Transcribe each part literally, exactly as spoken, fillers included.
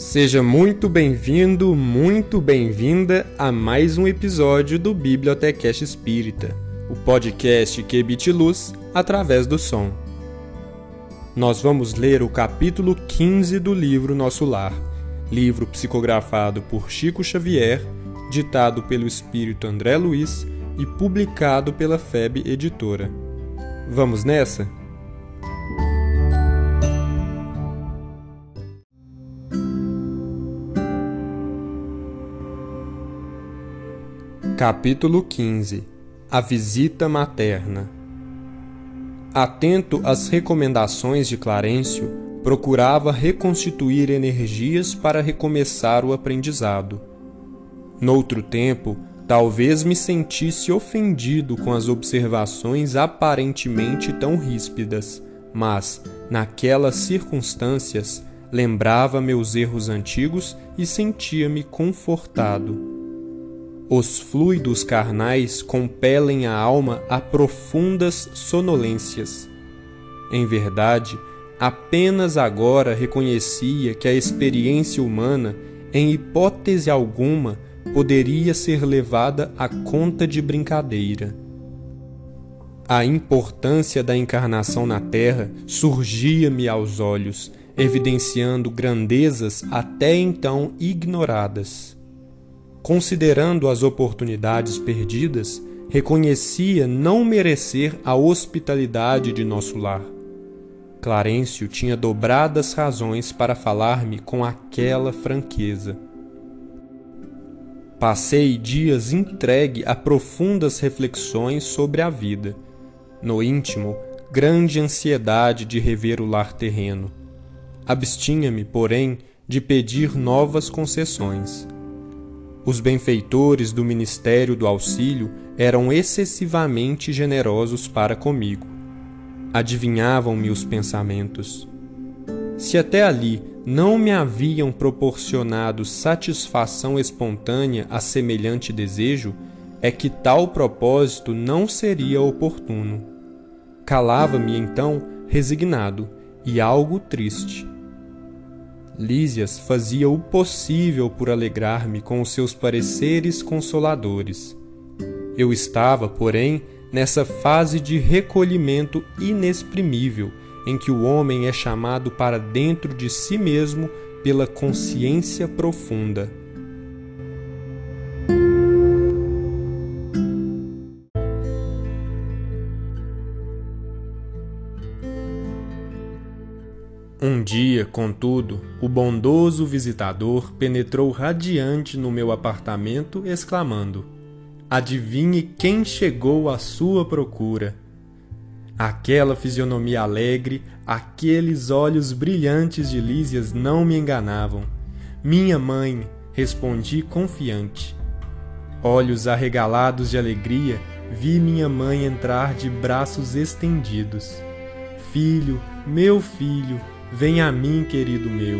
Seja muito bem-vindo, muito bem-vinda a mais um episódio do Bibliotecast Espírita, o podcast que emite luz através do som. Nós vamos ler o capítulo quinze do livro Nosso Lar, livro psicografado por Chico Xavier, ditado pelo espírito André Luiz e publicado pela F E B Editora. Vamos nessa? Capítulo quinze. A visita materna. Atento às recomendações de Clarencio, procurava reconstituir energias para recomeçar o aprendizado. Noutro tempo, talvez me sentisse ofendido com as observações aparentemente tão ríspidas, mas, naquelas circunstâncias, lembrava meus erros antigos e sentia-me confortado. Os fluidos carnais compelem a alma a profundas sonolências. Em verdade, apenas agora reconhecia que a experiência humana, em hipótese alguma, poderia ser levada à conta de brincadeira. A importância da encarnação na Terra surgia-me aos olhos, evidenciando grandezas até então ignoradas. Considerando as oportunidades perdidas, reconhecia não merecer a hospitalidade de nosso lar. Clarencio tinha dobradas razões para falar-me com aquela franqueza. Passei dias entregue a profundas reflexões sobre a vida. No íntimo, grande ansiedade de rever o lar terreno. Abstinha-me, porém, de pedir novas concessões. Os benfeitores do Ministério do Auxílio eram excessivamente generosos para comigo. Adivinhavam-me os pensamentos. Se até ali não me haviam proporcionado satisfação espontânea a semelhante desejo, é que tal propósito não seria oportuno. Calava-me então, resignado e algo triste. Lísias fazia o possível por alegrar-me com os seus pareceres consoladores. Eu estava, porém, nessa fase de recolhimento inexprimível em que o homem é chamado para dentro de si mesmo pela consciência profunda. Um dia, contudo, o bondoso visitador penetrou radiante no meu apartamento, exclamando: "Adivinhe quem chegou à sua procura?" Aquela fisionomia alegre, aqueles olhos brilhantes de Lísias não me enganavam. "Minha mãe", respondi confiante. Olhos arregalados de alegria, vi minha mãe entrar de braços estendidos. "Filho, meu filho, vem a mim, querido meu."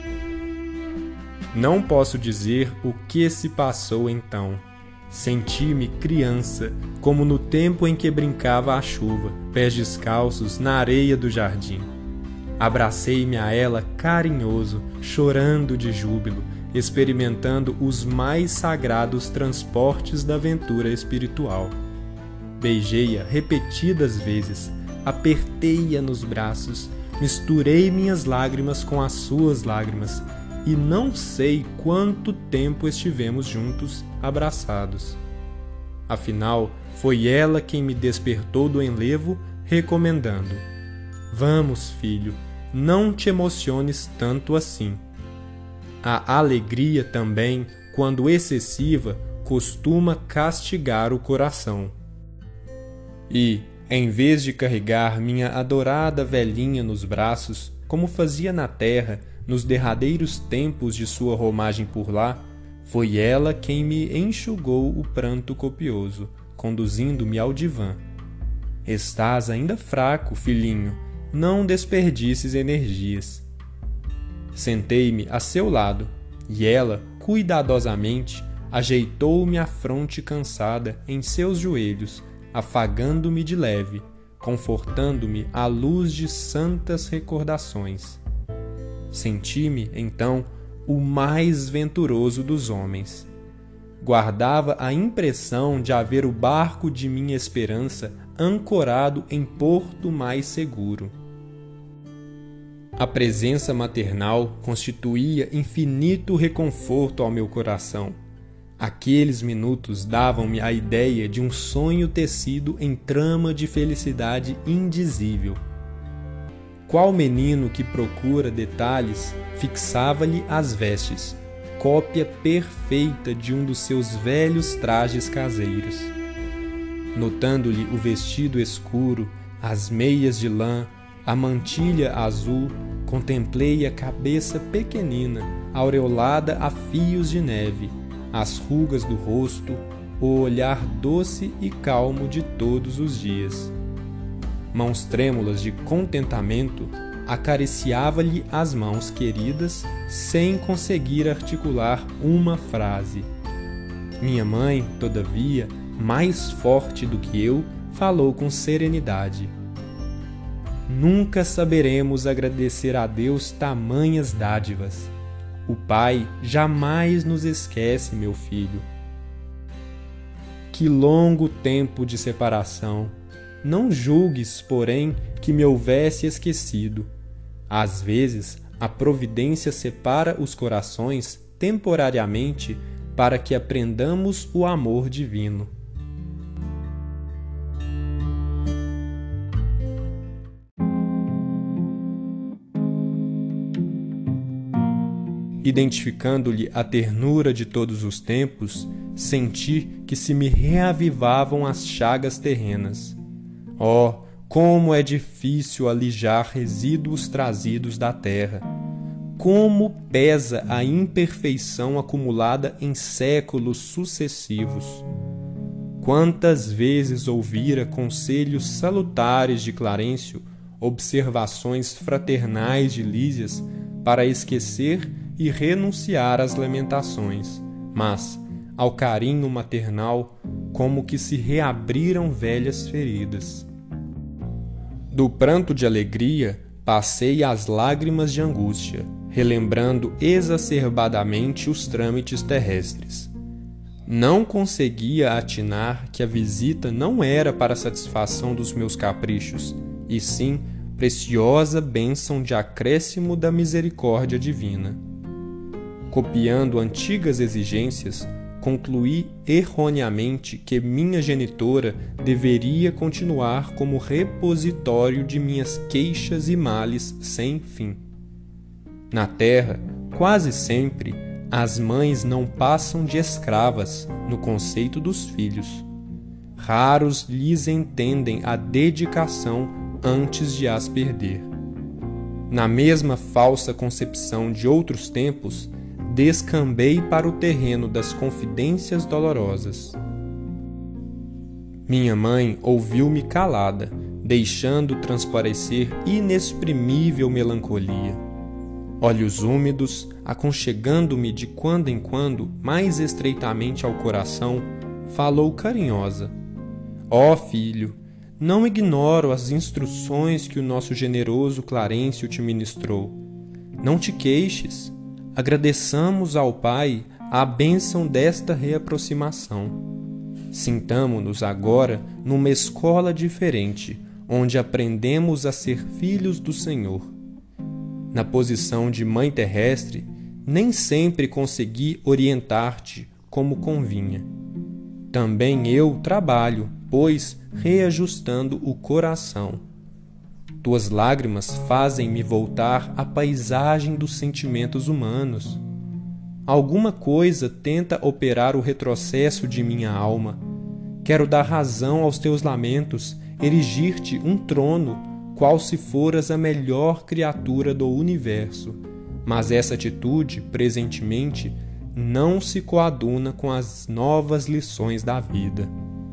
Não posso dizer o que se passou então. Senti-me criança, como no tempo em que brincava à chuva, pés descalços, na areia do jardim. Abracei-me a ela carinhoso, chorando de júbilo, experimentando os mais sagrados transportes da aventura espiritual. Beijei-a repetidas vezes, apertei-a nos braços, misturei minhas lágrimas com as suas lágrimas, e não sei quanto tempo estivemos juntos, abraçados. Afinal, foi ela quem me despertou do enlevo, recomendando: "Vamos, filho, não te emociones tanto assim." A alegria também, quando excessiva, costuma castigar o coração. E, em vez de carregar minha adorada velhinha nos braços, como fazia na terra nos derradeiros tempos de sua romagem por lá, foi ela quem me enxugou o pranto copioso, conduzindo-me ao divã. "Estás ainda fraco, filhinho, não desperdices energias." Sentei-me a seu lado, e ela, cuidadosamente, ajeitou-me a fronte cansada em seus joelhos, afagando-me de leve, confortando-me à luz de santas recordações. Senti-me, então, o mais venturoso dos homens. Guardava a impressão de haver o barco de minha esperança ancorado em porto mais seguro. A presença maternal constituía infinito reconforto ao meu coração. Aqueles minutos davam-me a ideia de um sonho tecido em trama de felicidade indizível. Qual menino que procura detalhes fixava-lhe as vestes, cópia perfeita de um dos seus velhos trajes caseiros. Notando-lhe o vestido escuro, as meias de lã, a mantilha azul, contemplei a cabeça pequenina, aureolada a fios de neve, as rugas do rosto, o olhar doce e calmo de todos os dias. Mãos trêmulas de contentamento, acariciava-lhe as mãos queridas sem conseguir articular uma frase. Minha mãe, todavia, mais forte do que eu, falou com serenidade. Nunca saberemos agradecer a Deus tamanhas dádivas. O Pai jamais nos esquece, meu filho. Que longo tempo de separação! Não julgues, porém, que me houvesse esquecido. Às vezes, a providência separa os corações temporariamente para que aprendamos o amor divino. Identificando-lhe a ternura de todos os tempos, senti que se me reavivavam as chagas terrenas. Oh, como é difícil alijar resíduos trazidos da terra! Como pesa a imperfeição acumulada em séculos sucessivos! Quantas vezes ouvira conselhos salutares de Clarencio, observações fraternais de Lísias, para esquecer e renunciar às lamentações, mas, ao carinho maternal, como que se reabriram velhas feridas. Do pranto de alegria, passei às lágrimas de angústia, relembrando exacerbadamente os trâmites terrestres. Não conseguia atinar que a visita não era para a satisfação dos meus caprichos, e sim preciosa bênção de acréscimo da misericórdia divina. Copiando antigas exigências, concluí erroneamente que minha genitora deveria continuar como repositório de minhas queixas e males sem fim. Na terra, quase sempre, as mães não passam de escravas no conceito dos filhos. Raros lhes entendem a dedicação antes de as perder. Na mesma falsa concepção de outros tempos, descambei para o terreno das confidências dolorosas. Minha mãe ouviu-me calada, deixando transparecer inexprimível melancolia. Olhos úmidos, aconchegando-me de quando em quando mais estreitamente ao coração, falou carinhosa. Ó oh, filho, não ignoro as instruções que o nosso generoso Clarencio te ministrou. Não te queixes. Agradeçamos ao Pai a bênção desta reaproximação. Sintamo-nos agora numa escola diferente, onde aprendemos a ser filhos do Senhor. Na posição de mãe terrestre, nem sempre consegui orientar-te como convinha. Também eu trabalho, pois, reajustando o coração. Tuas lágrimas fazem-me voltar à paisagem dos sentimentos humanos. Alguma coisa tenta operar o retrocesso de minha alma. Quero dar razão aos teus lamentos, erigir-te um trono, qual se foras a melhor criatura do universo. Mas essa atitude, presentemente, não se coaduna com as novas lições da vida.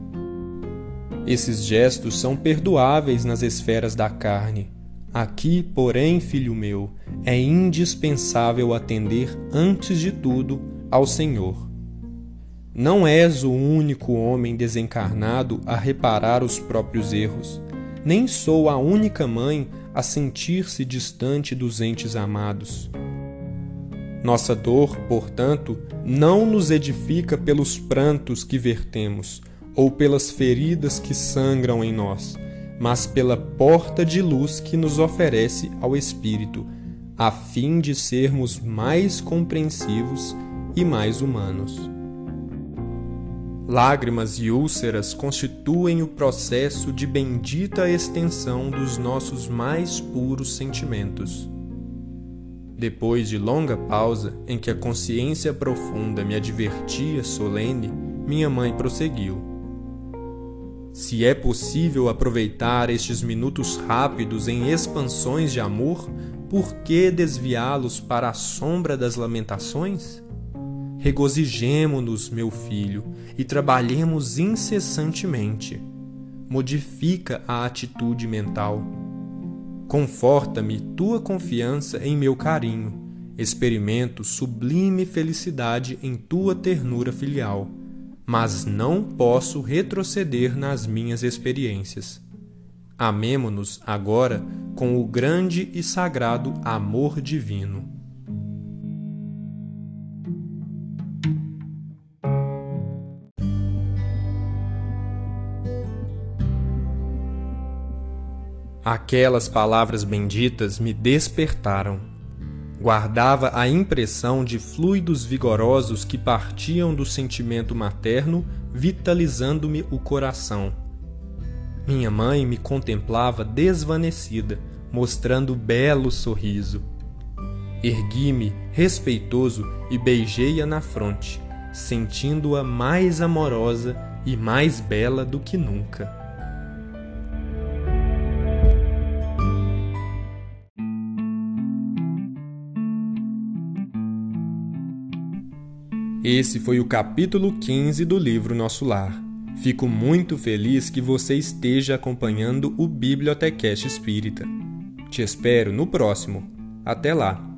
Esses gestos são perdoáveis nas esferas da carne. Aqui, porém, filho meu, é indispensável atender, antes de tudo, ao Senhor. Não és o único homem desencarnado a reparar os próprios erros, nem sou a única mãe a sentir-se distante dos entes amados. Nossa dor, portanto, não nos edifica pelos prantos que vertemos, ou pelas feridas que sangram em nós, mas pela porta de luz que nos oferece ao Espírito, a fim de sermos mais compreensivos e mais humanos. Lágrimas e úlceras constituem o processo de bendita extensão dos nossos mais puros sentimentos. Depois de longa pausa, em que a consciência profunda me advertia solene, minha mãe prosseguiu. Se é possível aproveitar estes minutos rápidos em expansões de amor, por que desviá-los para a sombra das lamentações? Regozijemo-nos, meu filho, e trabalhemos incessantemente. Modifica a atitude mental. Conforta-me tua confiança em meu carinho. Experimento sublime felicidade em tua ternura filial, mas não posso retroceder nas minhas experiências. Amemo-nos agora com o grande e sagrado amor divino. Aquelas palavras benditas me despertaram. Guardava a impressão de fluidos vigorosos que partiam do sentimento materno, vitalizando-me o coração. Minha mãe me contemplava desvanecida, mostrando belo sorriso. Ergui-me, respeitoso, e beijei-a na fronte, sentindo-a mais amorosa e mais bela do que nunca. Esse foi o capítulo quinze do livro Nosso Lar. Fico muito feliz que você esteja acompanhando o Bibliotecast Espírita. Te espero no próximo. Até lá!